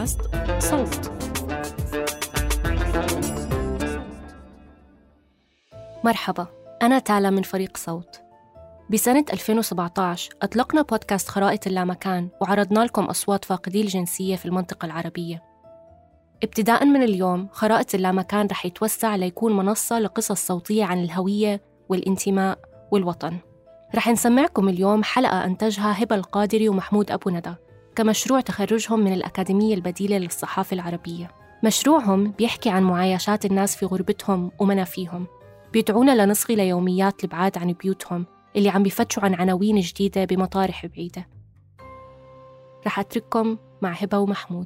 بودكاست صوت. مرحبا، أنا تالا من فريق صوت. بسنة 2017 أطلقنا بودكاست خرائط اللامكان وعرضنا لكم أصوات فاقدي الجنسية في المنطقة العربية. ابتداءً من اليوم خرائط اللامكان رح يتوسع ليكون منصة لقصص صوتية عن الهوية والانتماء والوطن. رح نسمعكم اليوم حلقة أنتجها هبة القادري ومحمود أبو ندى كمشروع تخرجهم من الأكاديمية البديلة للصحافة العربية. مشروعهم بيحكي عن معايشات الناس في غربتهم ومنافيهم، بيدعونا لنصغي ليوميات البعاد عن بيوتهم اللي عم بيفتشوا عن عناوين جديدة بمطارح بعيدة. رح أترككم مع هبة ومحمود.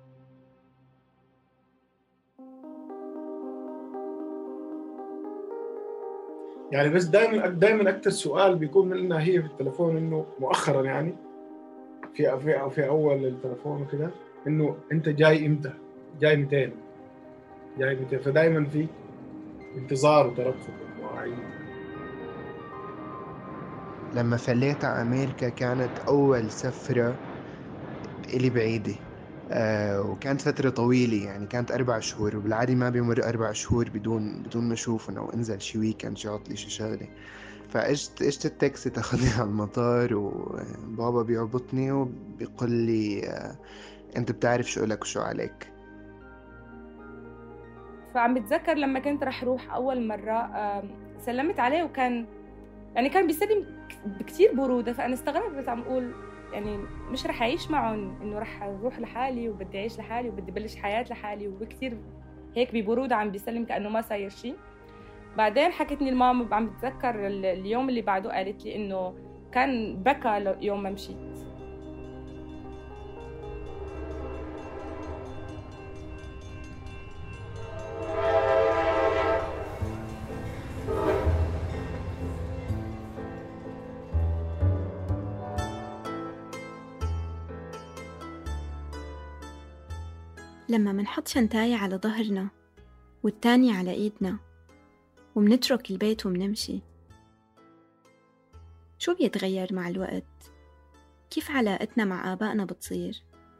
يعني بس دائما اكثر سؤال بيكون لنا هي في التليفون، انه مؤخرا يعني في اول التليفون وكده، انه انت جاي امتى، جاي 200، فدائما في انتظار وترقب ومواعيد. لما فليت على أمريكا كانت أول سفرة إلي بعيدة، وكانت فترة طويلة، يعني كانت 4 شهور، وبالعادي ما بيمر 4 شهور بدون ما أشوفهم أو أنزل شي ويكند شي عطلي شي شغلة. فإجت التاكسي تاخذني على المطار، وبابا بيربطني وبيقول لي أنت بتعرف شو لك وشو عليك. فعم بتذكر لما كنت رح روح أول مرة سلمت عليه، وكان يعني كان بيسلم بكتير برودة. فأنا استغربت، عم أقول يعني مش رح أعيش معهم، إنه رح أروح لحالي وبدي أعيش لحالي وبدي بلش حياة لحالي، وبكتير هيك ببرودة عم بيسلم كأنه ما صاير شيء. بعدين حكتني الماما، عم بتذكر اليوم اللي بعده قالت لي إنه كان بكى يوم ما مشيت. لما منحط شنطاية على ظهرنا والتانية على إيدنا ومنترك البيت ومنمشي، شو بيتغير مع الوقت؟ كيف علاقتنا مع آبائنا بتصير؟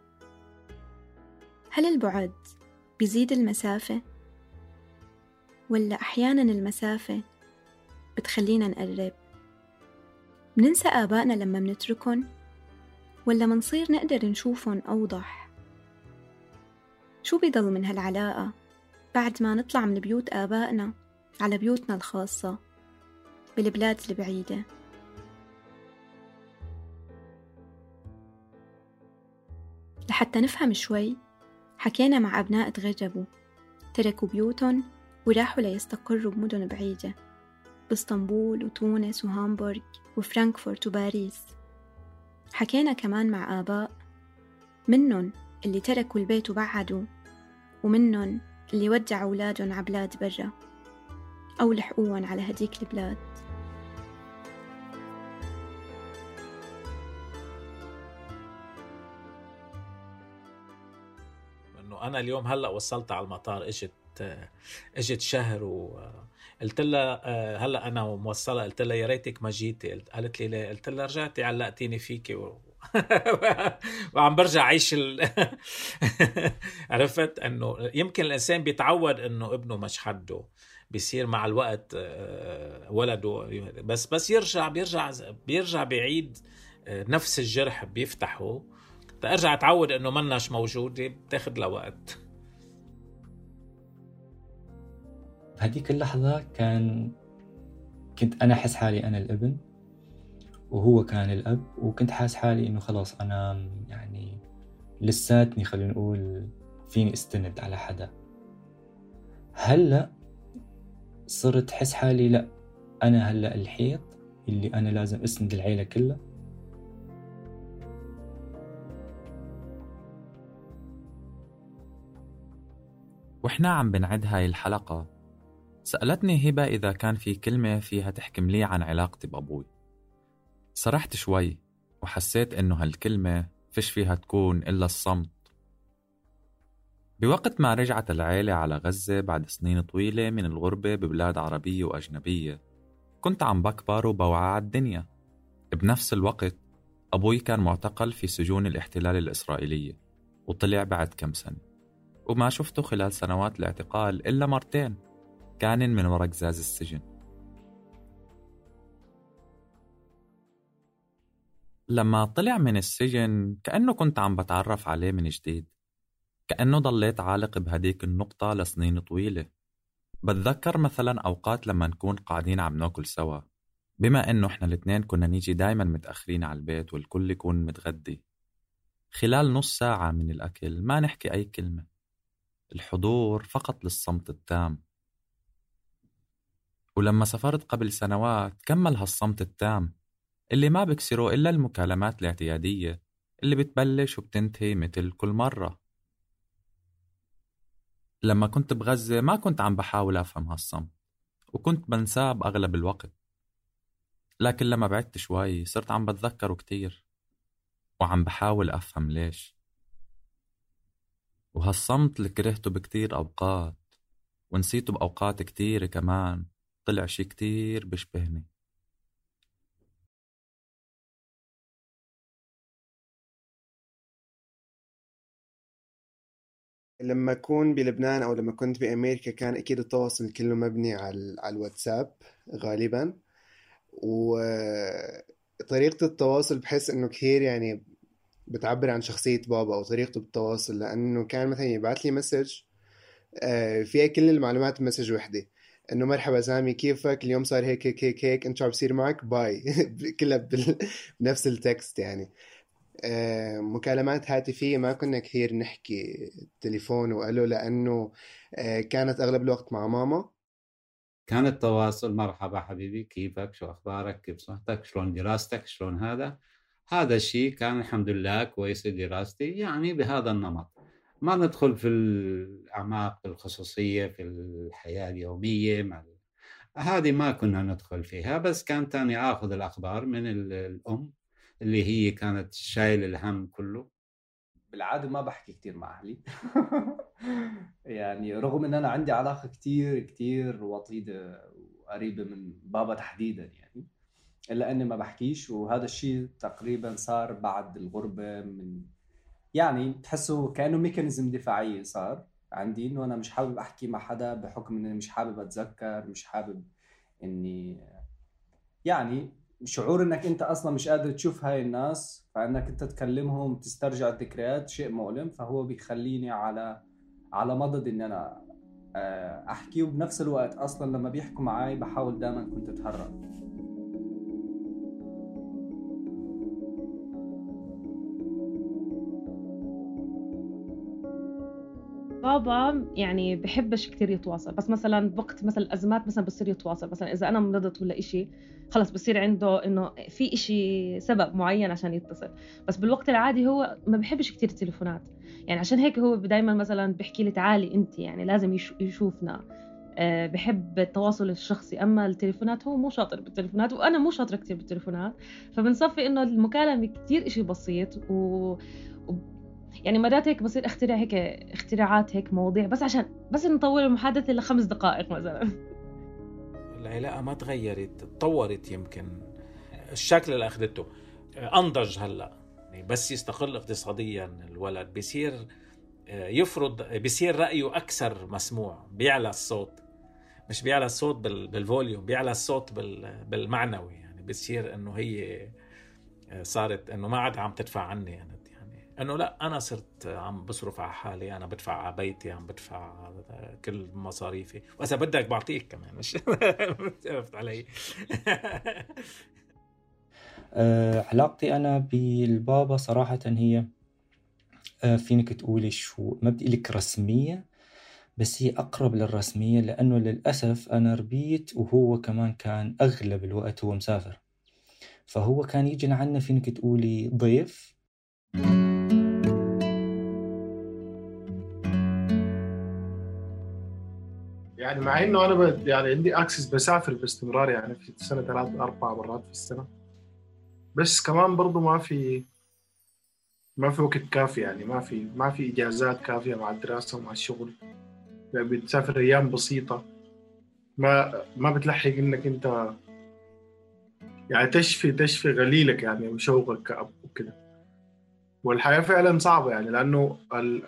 هل البعد بيزيد المسافة؟ ولا أحياناً المسافة بتخلينا نقرب؟ مننسى آبائنا لما منتركن؟ ولا منصير نقدر نشوفن أوضح؟ شو بيضل من هالعلاقة بعد ما نطلع من بيوت آبائنا على بيوتنا الخاصة بالبلاد البعيدة؟ لحتى نفهم شوي، حكينا مع أبناء تغربوا تركوا بيوتهم وراحوا ليستقروا بمدن بعيدة، باسطنبول وتونس وهامبورغ وفرانكفورت وباريس. حكينا كمان مع آباء منن اللي تركوا البيت وبعدوا، ومنن اللي ودعوا أولادهم على بلاد برا أو لحقوهم على هديك البلاد. إنه أنا اليوم هلأ وصلت على المطار، إجت شهر وقلت لها هلأ أنا موصلة، قلت لها يا ريتك ما جيتي. قالت لي ليه؟ قلت لها رجعتي علقتيني فيكي وعم برجع عيش عرفت انه يمكن الانسان بيتعود انه ابنه مش حده، بيصير مع الوقت ولده، بس بيرجع بيعيد نفس الجرح بيفتحه، ترجع اتعود انه مناش موجودة، بتاخد له وقت. بهديك اللحظة كنت أنا أحس حالي أنا الابن وهو كان الأب، وكنت حاس حالي إنه خلاص أنا يعني لساتني خلينا نقول فيني استند على حدا. هلأ صرت حس حالي لأ، أنا هلأ الحيط اللي أنا لازم أسند العيلة كلها. وإحنا عم بنعد هاي الحلقة سألتني هبة إذا كان في كلمة فيها تحكم لي عن علاقتي بأبوي. صرحت شوي وحسيت إنه هالكلمة فيش فيها تكون إلا الصمت. بوقت ما رجعت العيلة على غزة بعد سنين طويلة من الغربة ببلاد عربية وأجنبية، كنت عم بكبر وبوعى على الدنيا. بنفس الوقت أبوي كان معتقل في سجون الاحتلال الإسرائيلية، وطلع بعد كم سنة، وما شفته خلال سنوات الاعتقال إلا مرتين، كان من وراء قزاز السجن. لما طلع من السجن كأنه كنت عم بتعرف عليه من جديد، كأنه ضليت عالق بهديك النقطة لسنين طويلة. بتذكر مثلا أوقات لما نكون قاعدين عم ناكل سوا، بما إنه إحنا الاثنين كنا نيجي دايما متأخرين على البيت والكل يكون متغدي. خلال نص ساعة من الأكل ما نحكي أي كلمة، الحضور فقط للصمت التام. ولما سافرت قبل سنوات كمل هالصمت التام اللي ما بكسره إلا المكالمات الاعتيادية اللي بتبلش وبتنتهي مثل كل مرة. لما كنت بغزة ما كنت عم بحاول أفهم هالصمت، وكنت بنساه بأغلب الوقت، لكن لما بعدت شوي صرت عم بتذكره كتير وعم بحاول أفهم ليش. وهالصمت اللي كرهته بكتير أوقات ونسيته بأوقات كتير كمان طلع شي كتير بشبهني. لما أكون بلبنان أو لما كنت بأمريكا كان أكيد التواصل كله مبني على الواتساب غالبا، وطريقة التواصل بحس إنه كثير يعني بتعبر عن شخصية بابا أو طريقته بالتواصل، لأنه كان مثلا يبعث لي مسج فيها كل المعلومات بمسج وحدة، إنه مرحبا سامي كيفك اليوم صار هيك هيك هيك هيك أنت شو عم بصير معك باي كلها بنفس التكست يعني. مكالمات هاتفية ما كنا كثير نحكي تليفون وقالوا، لأنه كانت أغلب الوقت مع ماما. كان التواصل مرحبا حبيبي كيفك شو أخبارك كيف صحتك شلون دراستك شلون هذا الشيء كان الحمد لله كويس. دراستي يعني بهذا النمط، ما ندخل في الأعماق الخصوصية في الحياة اليومية هذه ما كنا ندخل فيها، بس كان تاني أخذ الأخبار من الأم اللي هي كانت شايل الهم كله. بالعادة ما بحكي كتير مع أهلي يعني رغم إن أنا عندي علاقة كتير وطيدة وقريبة من بابا تحديدا يعني، إلا أني ما بحكيش. وهذا الشيء تقريبا صار بعد الغربة، من يعني تحسه كأنه ميكانيزم دفاعي صار عندي، إنه أنا مش حابب أحكي مع حدا بحكم إني مش حابب أتذكر، مش حابب إني يعني شعور انك انت اصلا مش قادر تشوف هاي الناس، فانك انت تكلمهم تسترجع الذكريات شيء مؤلم، فهو بيخليني على مضض ان انا احكي. وبنفس الوقت اصلا لما بيحكوا معي بحاول دائما كنت اتهرب. بابا يعني بحبش كتير يتواصل، بس مثلا بوقت مثلا الأزمات مثلا بصير يتواصل، مثلا إذا أنا مرضت ولا إشي خلص بصير عنده إنه في إشي سبب معين عشان يتصل. بس بالوقت العادي هو ما بحبش كتير التليفونات، يعني عشان هيك هو دايما مثلا بحكي لي تعالي أنت، يعني لازم يشوفنا. بحب التواصل الشخصي، أما التليفونات هو مو شاطر بالتليفونات وأنا مو شاطرة كتير بالتليفونات، فبنصفي إنه المكالمة كتير إشي بسيط يعني مرات هيك بصير اخترع هيك اختراعات هيك مواضيع بس نطول المحادثة ل5 دقائق مثلا. العلاقة ما تغيرت، تطورت، يمكن الشكل اللي أخذته أنضج هلأ، يعني بس يستقل اقتصاديا الولد بيصير بيصير رأيه أكثر مسموع، بيعلى الصوت، مش بيعلى الصوت بالفوليوم، بيعلى الصوت بالمعنوي، يعني بيصير إنه هي صارت إنه ما عاد عم تدفع عني يعني انه لا انا صرت عم بصرف على حالي، انا بدفع على بيتي، عم بدفع كل مصاريفي، واذا بدك بعطيك كمان، مش عرفت علي. علاقتي انا بالبابا صراحة هي فينك تقولي شو ما بدي لك رسمية، بس هي اقرب للرسمية، لانه للاسف انا ربيت وهو كمان كان اغلب الوقت هو مسافر، فهو كان يجي لعنا فينك تقولي ضيف. يعني مع انه انا يعني عندي اكسس بسافر باستمرار، يعني في السنه 3-4 مرات في السنه، بس كمان برضو ما في وقت كافي، يعني ما في اجازات كافيه مع الدراسه ومع الشغل، يعني بتسافر ايام بسيطه، ما بتلحق انك انت يعني تشفي غليلك يعني وشوقك كأب وكده. والحياة فعلا صعبة يعني، لأنه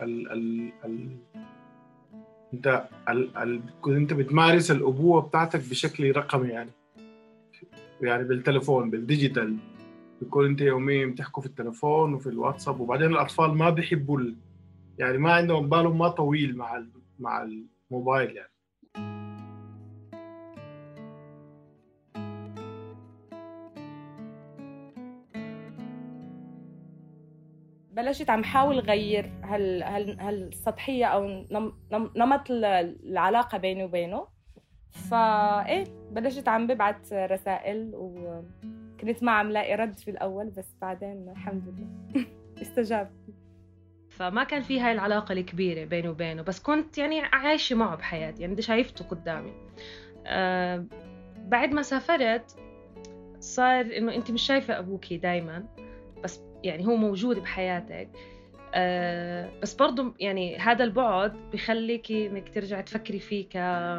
انت بتمارس الأبوة بتاعتك بشكل رقمي يعني بالتليفون بالديجيتال، بيكون انت يوميا بتحكوا في التليفون وفي الواتساب. وبعدين الأطفال ما بيحبوا يعني ما عندهم بالهم ما طويل مع الموبايل يعني. بلشت عم حاول غير هالسطحية أو نمط العلاقة بيني وبينه. فإيه بلشت عم ببعت رسائل، وكنت ما عم لاقي رد في الأول، بس بعدين الحمد لله استجاب. فما كان في هاي العلاقة الكبيرة بيني وبينه، بس كنت يعني عايشة معه بحياتي، يعني شايفته قدامي. بعد ما سافرت صار إنه أنت مش شايفة أبوكي دايما، بس يعني هو موجود بحياتك. بس برضو يعني هذا البعد بيخليك إنك ترجع تفكري فيه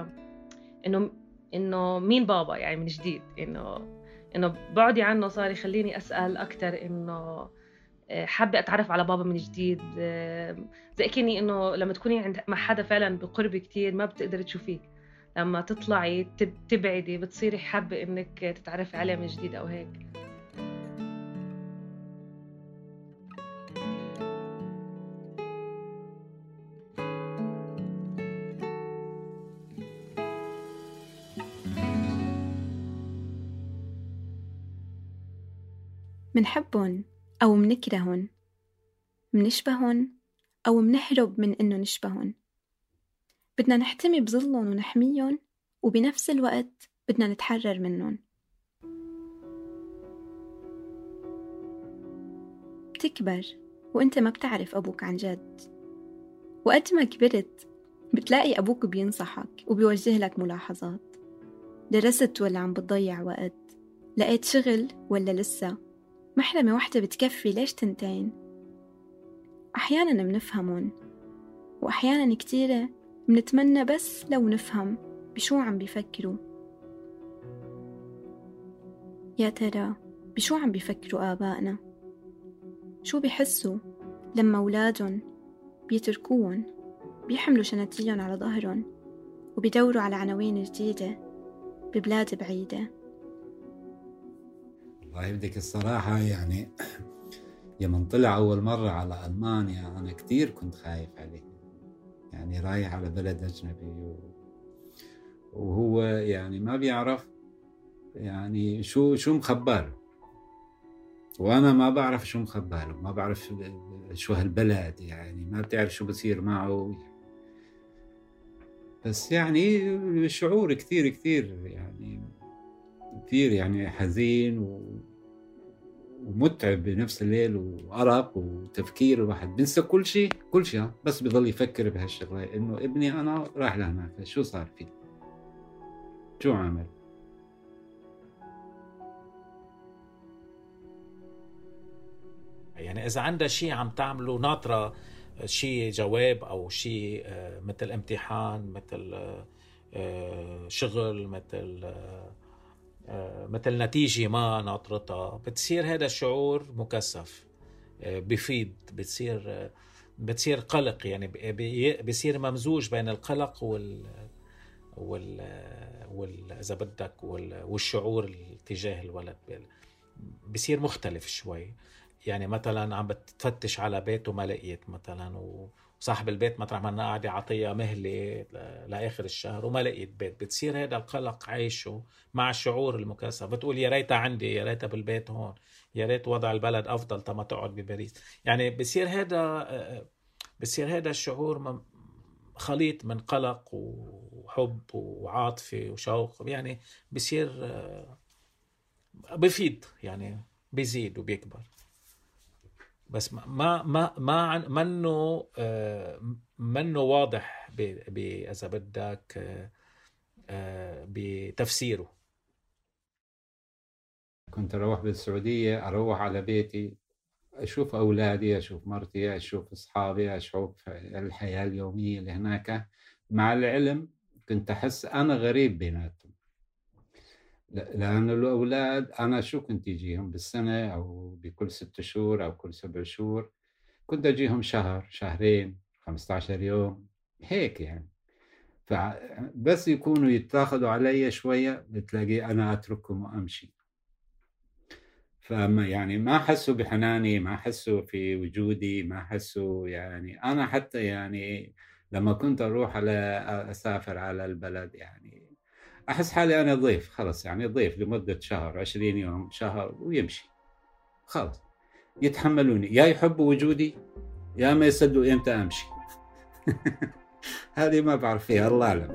إنه مين بابا يعني من جديد. إنه بعدي عنه صار يخليني أسأل أكتر، إنه حابة أتعرف على بابا من جديد. زي كأني إنه لما تكوني مع حدا فعلا بقرب كتير ما بتقدر تشوفيه، لما تطلعي تبعدي بتصيري حابة إنك تتعرفي عليه من جديد أو هيك. منحبهن أو منكرهن، منشبهن أو منهرب من إنه نشبهن. بدنا نحتمي بظلهم ونحميهم، وبنفس الوقت بدنا نتحرر منهم. بتكبر وإنت ما بتعرف أبوك عن جد، وقت ما كبرت بتلاقي أبوك بينصحك وبيوجه لك ملاحظات. درست ولا عم بتضيع وقت؟ لقيت شغل ولا لسه؟ محرمة واحدة بتكفي، ليش تنتين؟ أحياناً منفهمون، وأحياناً كتيرة منتمنى بس لو نفهم بشو عم بيفكروا. يا ترى بشو عم بيفكروا آبائنا؟ شو بيحسوا لما أولادهم بيتركوهم بيحملوا شنطيهم على ظهرهم وبيدوروا على عناوين جديدة ببلاد بعيدة؟ الله يبدك الصراحة، يعني يوم طلع أول مرة على ألمانيا أنا كتير كنت خايف عليه، يعني رايح على بلد أجنبي وهو يعني ما بيعرف يعني شو مخبر، وأنا ما بعرف شو مخبر، ما بعرف شو هالبلد، يعني ما بتعرف شو بصير معه. بس يعني شعور كثير يعني حزين ومتعب بنفس الليل، وأرق وتفكير. الواحد بنسى كل شيء بس بيضل يفكر بهالشغلة، إنه ابني أنا راح لهناك، شو صار فيه، شو عمل. يعني إذا عندها شيء عم تعمله ناطرة شيء جواب أو شيء مثل امتحان، مثل شغل، مثل نتيجة ما ناطرتها، بتصير هذا الشعور مكثف، بفيد، بتصير قلق، يعني بيصير ممزوج بين القلق إذا بدك والشعور تجاه الولد، بيصير مختلف شوي. يعني مثلا عم بتفتش على بيته ما لقيت مثلا، وصاحب البيت مطرح ما قاعد يعطيها مهلة لآخر الشهر وما لقيت بيت، بتصير هذا القلق عايشه مع الشعور المكثف. بتقول يا ريتها عندي، يا ريتها بالبيت هون، يا ريت وضع البلد أفضل تما تقعد بباريس. يعني بصير هذا الشعور خليط من قلق وحب وعاطفة وشوق، يعني بصير بفيد، يعني بيزيد وبيكبر. بس منه واضح إذا بدك بتفسيره. كنت أروح بالسعودية، أروح على بيتي، أشوف أولادي، أشوف مرتي، أشوف أصحابي، أشوف الحياة اليومية اللي هناك. مع العلم كنت أحس أنا غريب بيناتهم، لأن الأولاد أنا شو كنت يجيهم بالسنة أو بكل 6 شهور أو كل 7 شهور، كنت أجيهم شهر شهرين 15 يوم هيك يعني. بس يكونوا يتاخدوا علي شوية بتلاقي أنا أتركهم وأمشي. فما يعني ما حسوا بحناني، ما حسوا في وجودي، ما حسوا يعني. أنا حتى يعني لما كنت أروح أسافر على البلد يعني أحس حالي أنا ضيف خلص، يعني ضيف لمدة شهر 20 يوم شهر ويمشي خلص. يتحملوني، يا يحبوا وجودي يا ما يصدقوا إمتى أمشي. هذه ما بعرف فيها، الله أعلم.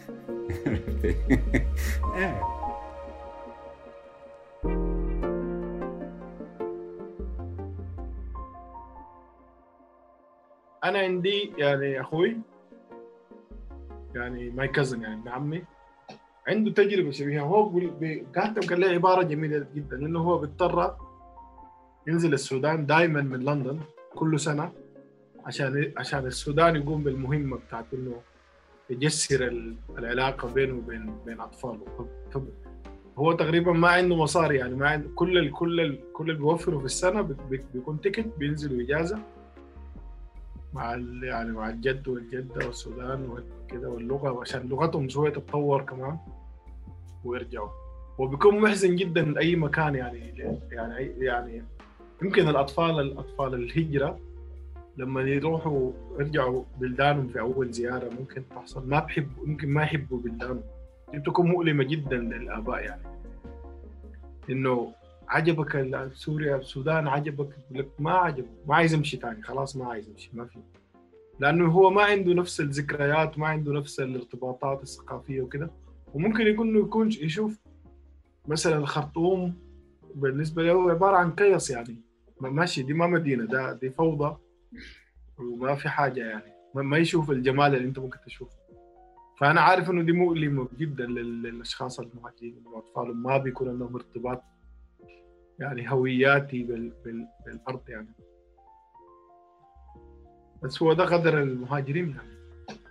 أنا عندي يعني أخوي يعني ماي كازن يعني ابن عمي عنده تجربة شبيهة. هو كان له عبارة جميلة جدا، إنه هو بيضطر ينزل السودان دائما من لندن كل سنة عشان السودان يقوم بالمهمة بتاعت إنه يجسر العلاقة بينه وبين أطفاله. هو تقريبا ما عنده مصاري يعني، ما عنده كل اللي بيوفره في السنة بيكون تيكت بينزلوا إجازة مع يعني مع الجد والجدة والسودان وكذا، واللغة عشان لغتهم شوية تتطور كمان ويرجعوا. وبيكون محزن جدا لأي مكان يعني يمكن الأطفال الهجرة لما يروحوا يرجعوا بلدانهم في أول زيارة ممكن تحصل ممكن ما يحبوا بلدانهم. دي بتكون مؤلمة جدا للآباء يعني، إنه عجبك سوريا السودان عجبك لك ما عجبك ما عايز يمشي تاني خلاص، ما عايز يمشي ما في، لأنه هو ما عنده نفس الذكريات، ما عنده نفس الارتباطات الثقافية وكده. وممكن يكون يشوف مثلا الخرطوم بالنسبة له عبارة عن كيس يعني ماشي، دي ما مدينة، دي فوضى وما في حاجة يعني، ما يشوف الجمال اللي انت ممكن تشوفه. فأنا عارف إنه دي مؤلمة جدا للأشخاص المهاجرين والأطفال، ما بيكون لهم ارتباط يعني هوياتي بالأرض يعني. بس هو ده قدر المهاجرين يعني.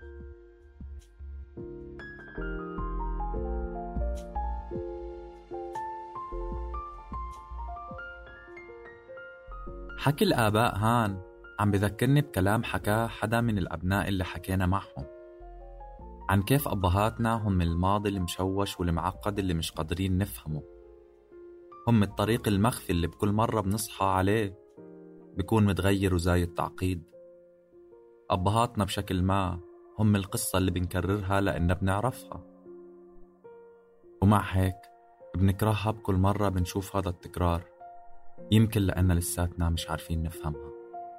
حكي الآباء هان عم بذكرني بكلام حكاه حدا من الأبناء اللي حكينا معهم عن كيف أبهاتنا هم الماضي المشوش والمعقد اللي مش قادرين نفهمه، هم الطريق المخفي اللي بكل مرة بنصحى عليه بيكون متغير وزايد تعقيد. أبهاتنا بشكل ما هم القصة اللي بنكررها لأننا بنعرفها، ومع هيك بنكرهها بكل مرة بنشوف هذا التكرار، يمكن لأننا لساتنا مش عارفين نفهمها.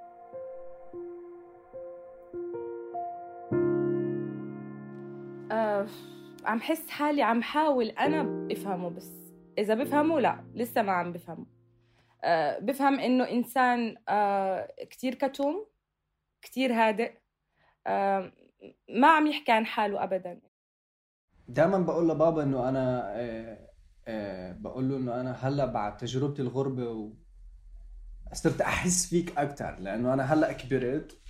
عم حس حالي عم حاول أنا أفهمه، بس إذا بفهمه لا لسه ما عم بفهمه. بفهم إنه إنسان كتير كتوم، كتير هادئ، ما عم يحكي عن حاله أبدا. دائما بقول لبابا إنه أنا بقول له إنه أنا هلأ بعد تجربتي الغربة صرت أحس فيك أكتر، لأنه أنا هلأ كبرت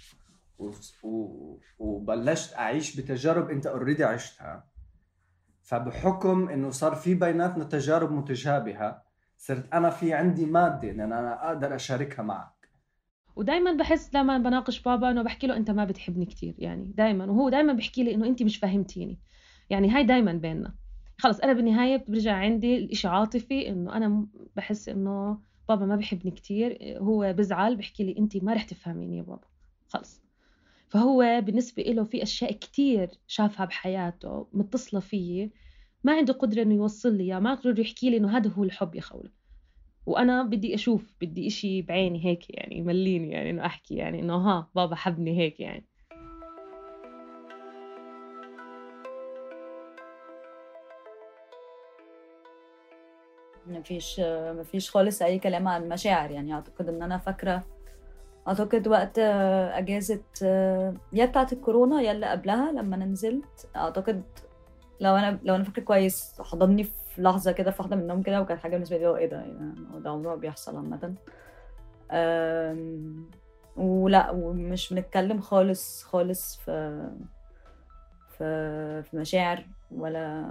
وبلشت أعيش بتجارب أنت أوريدي عشتها، فبحكم إنه صار في بيناتنا تجارب متشابهة صرت أنا في عندي مادة إن أنا أقدر أشاركها معك. ودايما بحس لما بناقش بابا إنه بحكي له أنت ما بتحبني كتير يعني دايما، وهو دايما بحكي لي إنه أنت مش فهمتيني. يعني هاي دايما بيننا. خلص أنا بالنهاية برجع عندي الإشي عاطفي، إنه أنا بحس إنه بابا ما بحبني كتير، هو بزعل بحكي لي أنت ما رح تفهميني يا بابا خلص. فهو بالنسبة له في أشياء كتير شافها بحياته متصلة فيه، ما عنده قدرة إنه يوصل لي، ما قدر يحكي لي إنه هذا هو الحب يا خولة. وأنا بدي أشوف، بدي إشي بعيني هيك يعني يمليني يعني إنه أحكي يعني إنه ها بابا حبني هيك يعني. ما فيش خالص أي كلام عن مشاعر يعني. أعتقد إن أنا فاكرة وقت أجازة يا بتاعت الكورونا يا اللي قبلها لما نزلت، أعتقد لو أنا فاكرة كويس حضني في لحظة كده في واحدة من النوم كده، وكانت حاجة بالنسبة لي إيه ده يعني ده عمره بيحصل عامة. ولا ومش بنتكلم خالص في مشاعر ولا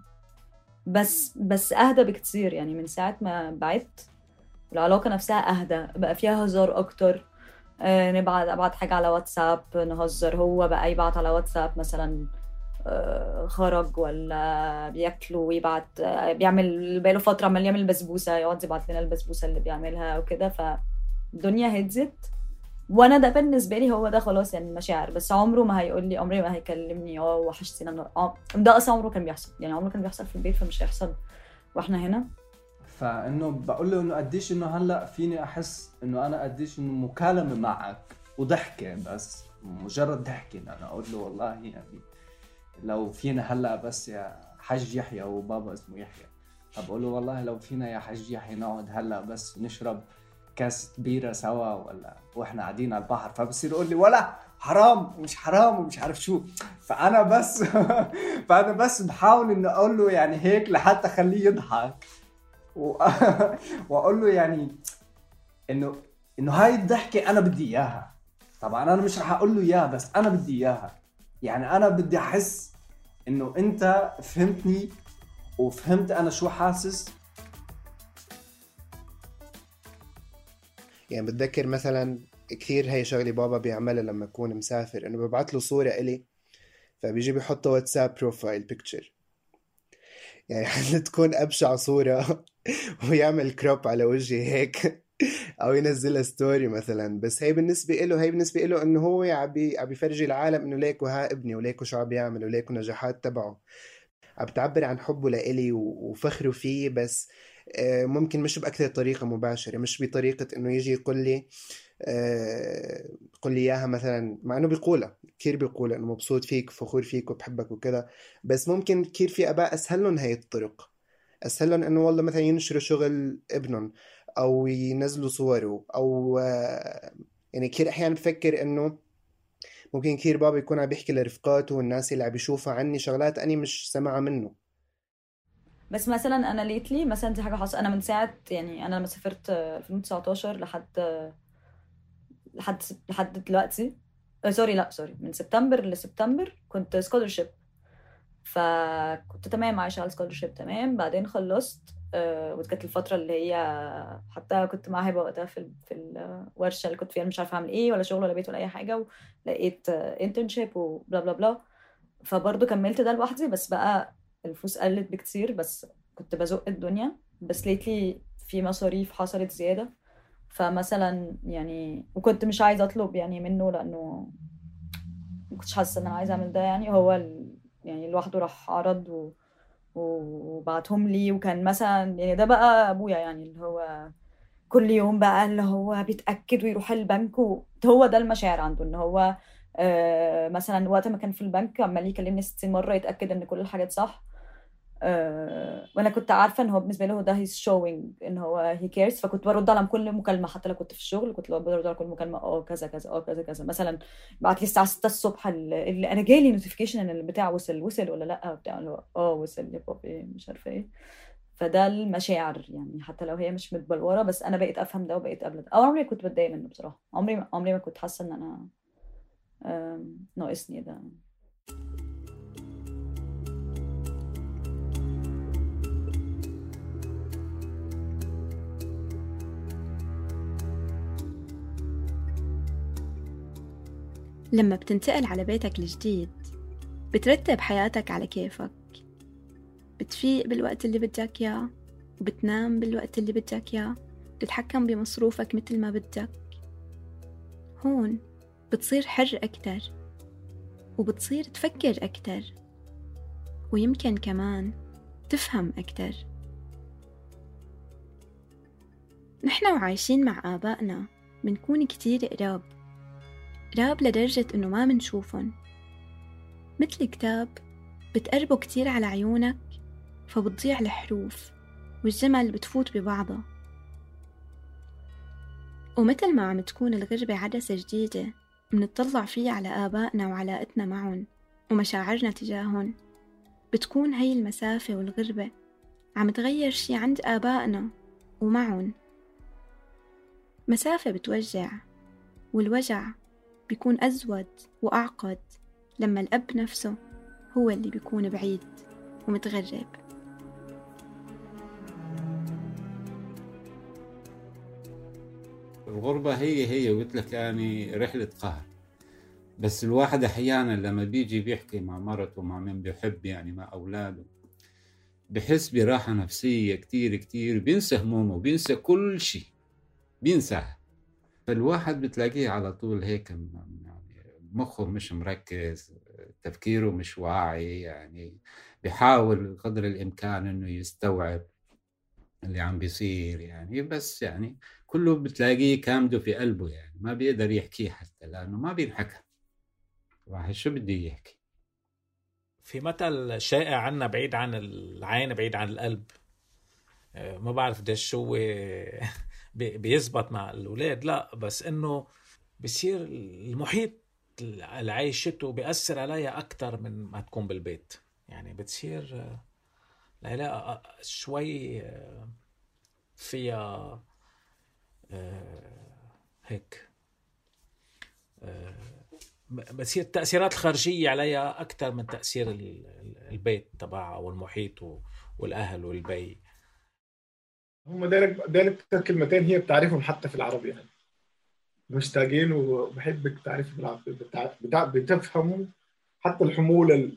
بس أهدى بكتير يعني من ساعة ما بعدت. العلاقة نفسها أهدى، بقى فيها هزار أكتر، ابعت حاجة على واتساب نهزر، هو بقى يبعت على واتساب مثلا خرج ولا بياكلوا ويبعت، بيعمل بقاله فترة عمال يعمل بسبوسة يقعد يبعت لنا البسبوسة اللي بيعملها وكده. فالدنيا هدزت، وانا ده بالنسبة لي هو ده خلاص يعني المشاعر. بس عمره ما هيقول لي، عمري ما هيكلمني وحشتينا، ده اصلا عمره كان بيحصل يعني، عمره كان بيحصل في البيت، فمش هيحصل واحنا هنا. فانه بقول له انه قديش انه هلا فيني احس انه انا قديش انه مكالمه معك وضحكه، بس مجرد ضحكه انا اقول له والله يعني لو فينا هلا بس يا حاج يحيى، وبابا اسمه يحيى، بقول له والله لو فينا يا حاج يحيى نقعد هلا بس نشرب كاس بيره سوا ولا واحنا قاعدين على البحر، فبصير يقول لي ولا حرام ومش حرام ومش عارف شو. فانا بس بحاول انه اقول له يعني هيك لحتى اخليه يضحك واقول له يعني انه هاي الضحكه انا بدي اياها. طبعا انا مش رح اقول له اياها، بس انا بدي اياها. يعني انا بدي احس انه انت فهمتني وفهمت انا شو حاسس. يعني بتذكر مثلا كثير هي شغلة بابا بيعملها لما يكون مسافر، انه ببعث له صورة إلي فبيجي بيحطها واتساب بروفايل بيكتشر، يعني حتى تكون أبشع صورة ويعمل كروب على وجهي هيك او ينزلها ستوري مثلا. بس هي بالنسبة له انه هو عم بيفرجي العالم انه ليكو ها ابني، وليكو شو عم بيعمل، وليكو نجاحات تبعه، عم بتعبر عن حبه لإلي وفخره فيه. بس ممكن مش بأكثر طريقة مباشرة، مش بطريقة انه يجي يقول لي قل لي اياها مثلا، مع انه بيقولها كثير، بيقول انه مبسوط فيك فخور فيك وبحبك وكذا. بس ممكن كثير في اباء اسهل لهم هي الطرق، اسهل لهم انه والله مثلا ينشروا شغل ابنهم او ينزلوا صوره، او يعني كثير احيانا بفكر انه ممكن كثير بابا يكون عم بيحكي لرفقاته والناس اللي عم بيشوفها عني شغلات اني مش سمعها منه. بس مثلا انا ليتلي مثلا دي حاجه حصلت انا من ساعه، يعني انا لما سافرت 2019 لحد دلوقتي، سوري من سبتمبر لسبتمبر كنت سكولرشيب، فكنت تمام عايشه على سكولرشيب تمام. بعدين خلصت ودي كانت الفتره اللي هي حتى كنت مع هبه وقتها في الورشه اللي كنت فيها، مش عارفه اعمل ايه ولا شغل ولا بيت ولا اي حاجه، ولقيت انترنشيب وبلا بلا بلا، فبرضه كملت ده لوحدي. بس بقى الفلوس قلت بكتير، بس كنت بزق الدنيا. بس ليتلي في مصاريف حصلت زياده، فمثلا يعني وكنت مش عايزه اطلب يعني منه لانه ما كنتش حاسه ان انا عايزه اعمل ده. يعني هو يعني لوحده راح عرض وبعتهم لي، وكان مثلا يعني ده بقى ابويا يعني اللي هو كل يوم بقى اللي هو بيتاكد ويروح البنك، هو ده المشاعر عنده ان هو مثلا وقت ما كان في البنك عمال يكلمني 60 مره يتاكد ان كل الحاجات صح. وانا كنت عارفه ان هو بالنسبه له ده he's showing ان هو he cares، فكنت برد على كل مكالمه حتى لو كنت في الشغل، كنت برد على كل مكالمه كذا كذا كذا كذا. مثلا بعت لي الساعه 6 الصبح اللي انا جالي نوتيفيكيشن ان البتاع وصل ولا لا بتاع اللي هو وصل يا بابي مش عارفه ايه. فده المشاعر يعني حتى لو هي مش متبلوره، بس انا بقيت افهم ده وبقيت قبل ده. عمري كنت بتضايق منه بصراحه، عمري ما كنت حاسه ان انا ناقصني ده. لما بتنتقل على بيتك الجديد بترتب حياتك على كيفك، بتفيق بالوقت اللي بدك إياه وبتنام بالوقت اللي بدك إياه، بتتحكم بمصروفك مثل ما بدك. هون بتصير حر أكتر وبتصير تفكر أكتر، ويمكن كمان تفهم أكتر. نحن وعايشين مع آبائنا منكون كتير قراب لدرجة إنه ما منشوفن، مثل كتاب بتقربه كتير على عيونك فبتضيع الحروف والجمل بتفوت ببعضها. ومثل ما عم تكون الغربة عدسة جديدة منطلع فيها على آبائنا وعلاقتنا معهم ومشاعرنا تجاههم، بتكون هاي المسافة والغربة عم تغير شي عند آبائنا ومعهم. مسافة بتوجع، والوجع بيكون أزود وأعقد لما الأب نفسه هو اللي بيكون بعيد ومتغرب. الغربة هي قلت لك يعني رحلة قهر. بس الواحد أحيانا لما بيجي بيحكي مع مرته مع من بيحب يعني مع أولاده بحس براحة نفسية كتير كتير، بينسى همومه بينسى كل شيء بينساه. فالواحد بتلاقيه على طول هيك يعني مخه مش مركز، تفكيره مش واعي، يعني بيحاول قدر الإمكان إنه يستوعب اللي عم بيصير يعني، بس يعني كله بتلاقيه كامده في قلبه، يعني ما بيقدر يحكيه حتى لأنه ما بينحكى. واحد شو بدي يحكي؟ في مثل شائع عنا بعيد عن العين بعيد عن القلب، ما بعرف قديش شو بيزبط مع الأولاد، لا بس إنه بصير المحيط اللي عايشته بيأثر عليها أكتر من ما تكون بالبيت. يعني بتصير العلاقة شوي فيها هيك بتصير التأثيرات الخارجية عليها أكتر من تأثير البيت تبعها والمحيط والأهل والبي. هم دايرك كلمتين هي بتعرفهم حتى في العربي، يعني مشتاقين وبحبك تعرف بالعربي بتفهموا حتى الحمولة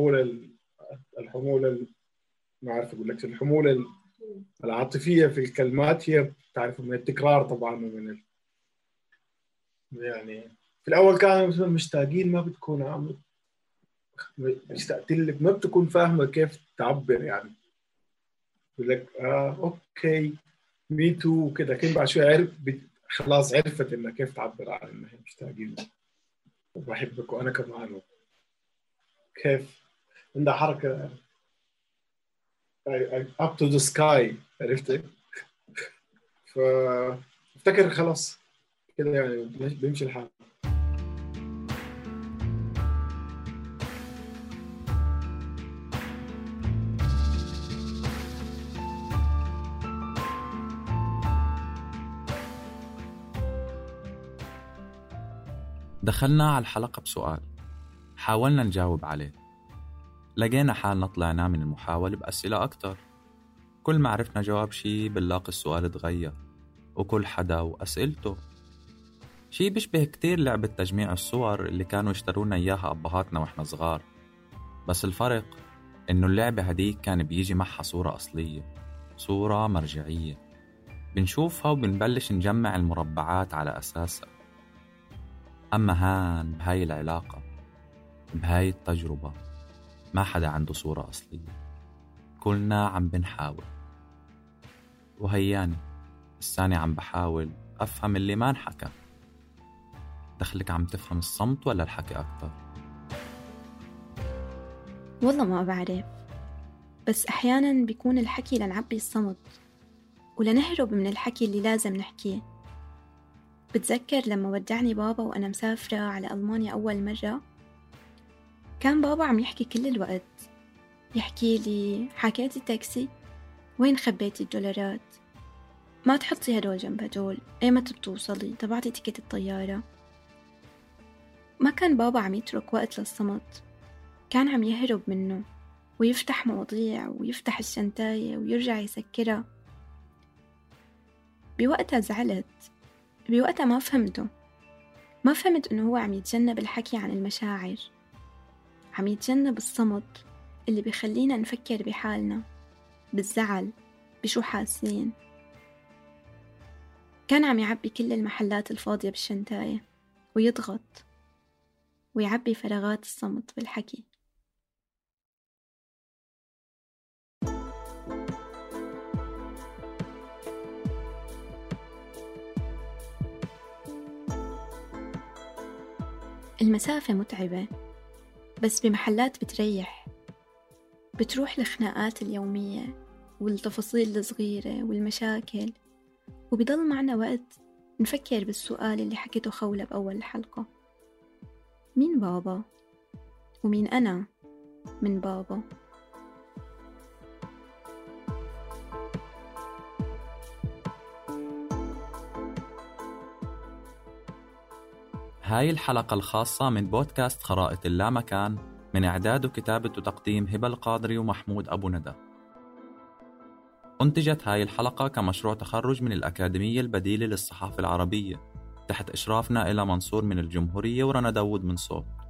ما عارف أقول لك الحمولة العاطفية في الكلمات هي بتعرف من التكرار طبعا ومن يعني في الأول كانوا مثلا مشتاقين ما بتكون عامل اشتقت لك ما بتكون فاهمة كيف تعبر، يعني يقول لك أوكي مي تو وكذا، كل بعد شوي خلاص عرفت إنها كيف تعبر عن إنها مشتاقين وبحبك وأنا كمان كيف عندها حركة up to the sky، عرفتي؟ فافتكر خلاص كده يعني بيمشي الحال. دخلنا على الحلقة بسؤال حاولنا نجاوب عليه، لقينا حالنا طلعنا من المحاولة بأسئلة أكتر. كل ما عرفنا جواب شي بنلاقي السؤال تغير، وكل حدا وأسئلته. شي بيشبه كتير لعبة تجميع الصور اللي كانوا يشترونا إياها أبهاتنا وإحنا صغار، بس الفرق إنه اللعبة هديك كان بيجي معها صورة أصلية، صورة مرجعية بنشوفها وبنبلش نجمع المربعات على أساسها. أما هان بهاي العلاقة بهاي التجربة ما حدا عنده صورة أصلية، كلنا عم بنحاول. وهياني الثاني عم بحاول أفهم اللي ما انحكى. دخلك عم تفهم الصمت ولا الحكي أكتر؟ والله ما بعرف، بس أحياناً بيكون الحكي لنعبي الصمت ولنهرب من الحكي اللي لازم نحكيه. بتذكر لما ودعني بابا وأنا مسافرة على ألمانيا أول مرة، كان بابا عم يحكي كل الوقت، يحكي لي حكيتي تاكسي؟ وين خبيتي الدولارات؟ ما تحطي هدول جنب هدول، ايمتى بتوصلي؟ تبعتي تيكت الطيارة؟ ما كان بابا عم يترك وقت للصمت، كان عم يهرب منه ويفتح مواضيع ويفتح الشنتاية ويرجع يسكرها. بوقتها زعلت، بوقتها ما فهمت إنه هو عم يتجنب الحكي عن المشاعر، عم يتجنب الصمت اللي بيخلينا نفكر بحالنا، بالزعل، بشو حاسين. كان عم يعبي كل المحلات الفاضية بالشنتاية ويضغط ويعبي فراغات الصمت بالحكي. المسافة متعبة، بس بمحلات بتريح، بتروح الخناقات اليومية والتفاصيل الصغيرة والمشاكل، وبيضل معنا وقت نفكر بالسؤال اللي حكيته خولة بأول الحلقة: مين بابا؟ ومين أنا من بابا؟ هاي الحلقة الخاصة من بودكاست خرائط اللامكان، من إعداد وكتابة وتقديم هبة القادري ومحمود أبو ندى. أنتجت هاي الحلقة كمشروع تخرج من الأكاديمية البديلة للصحافة العربية تحت إشرافنا إلى منصور من الجمهورية ورنا داود من صوت.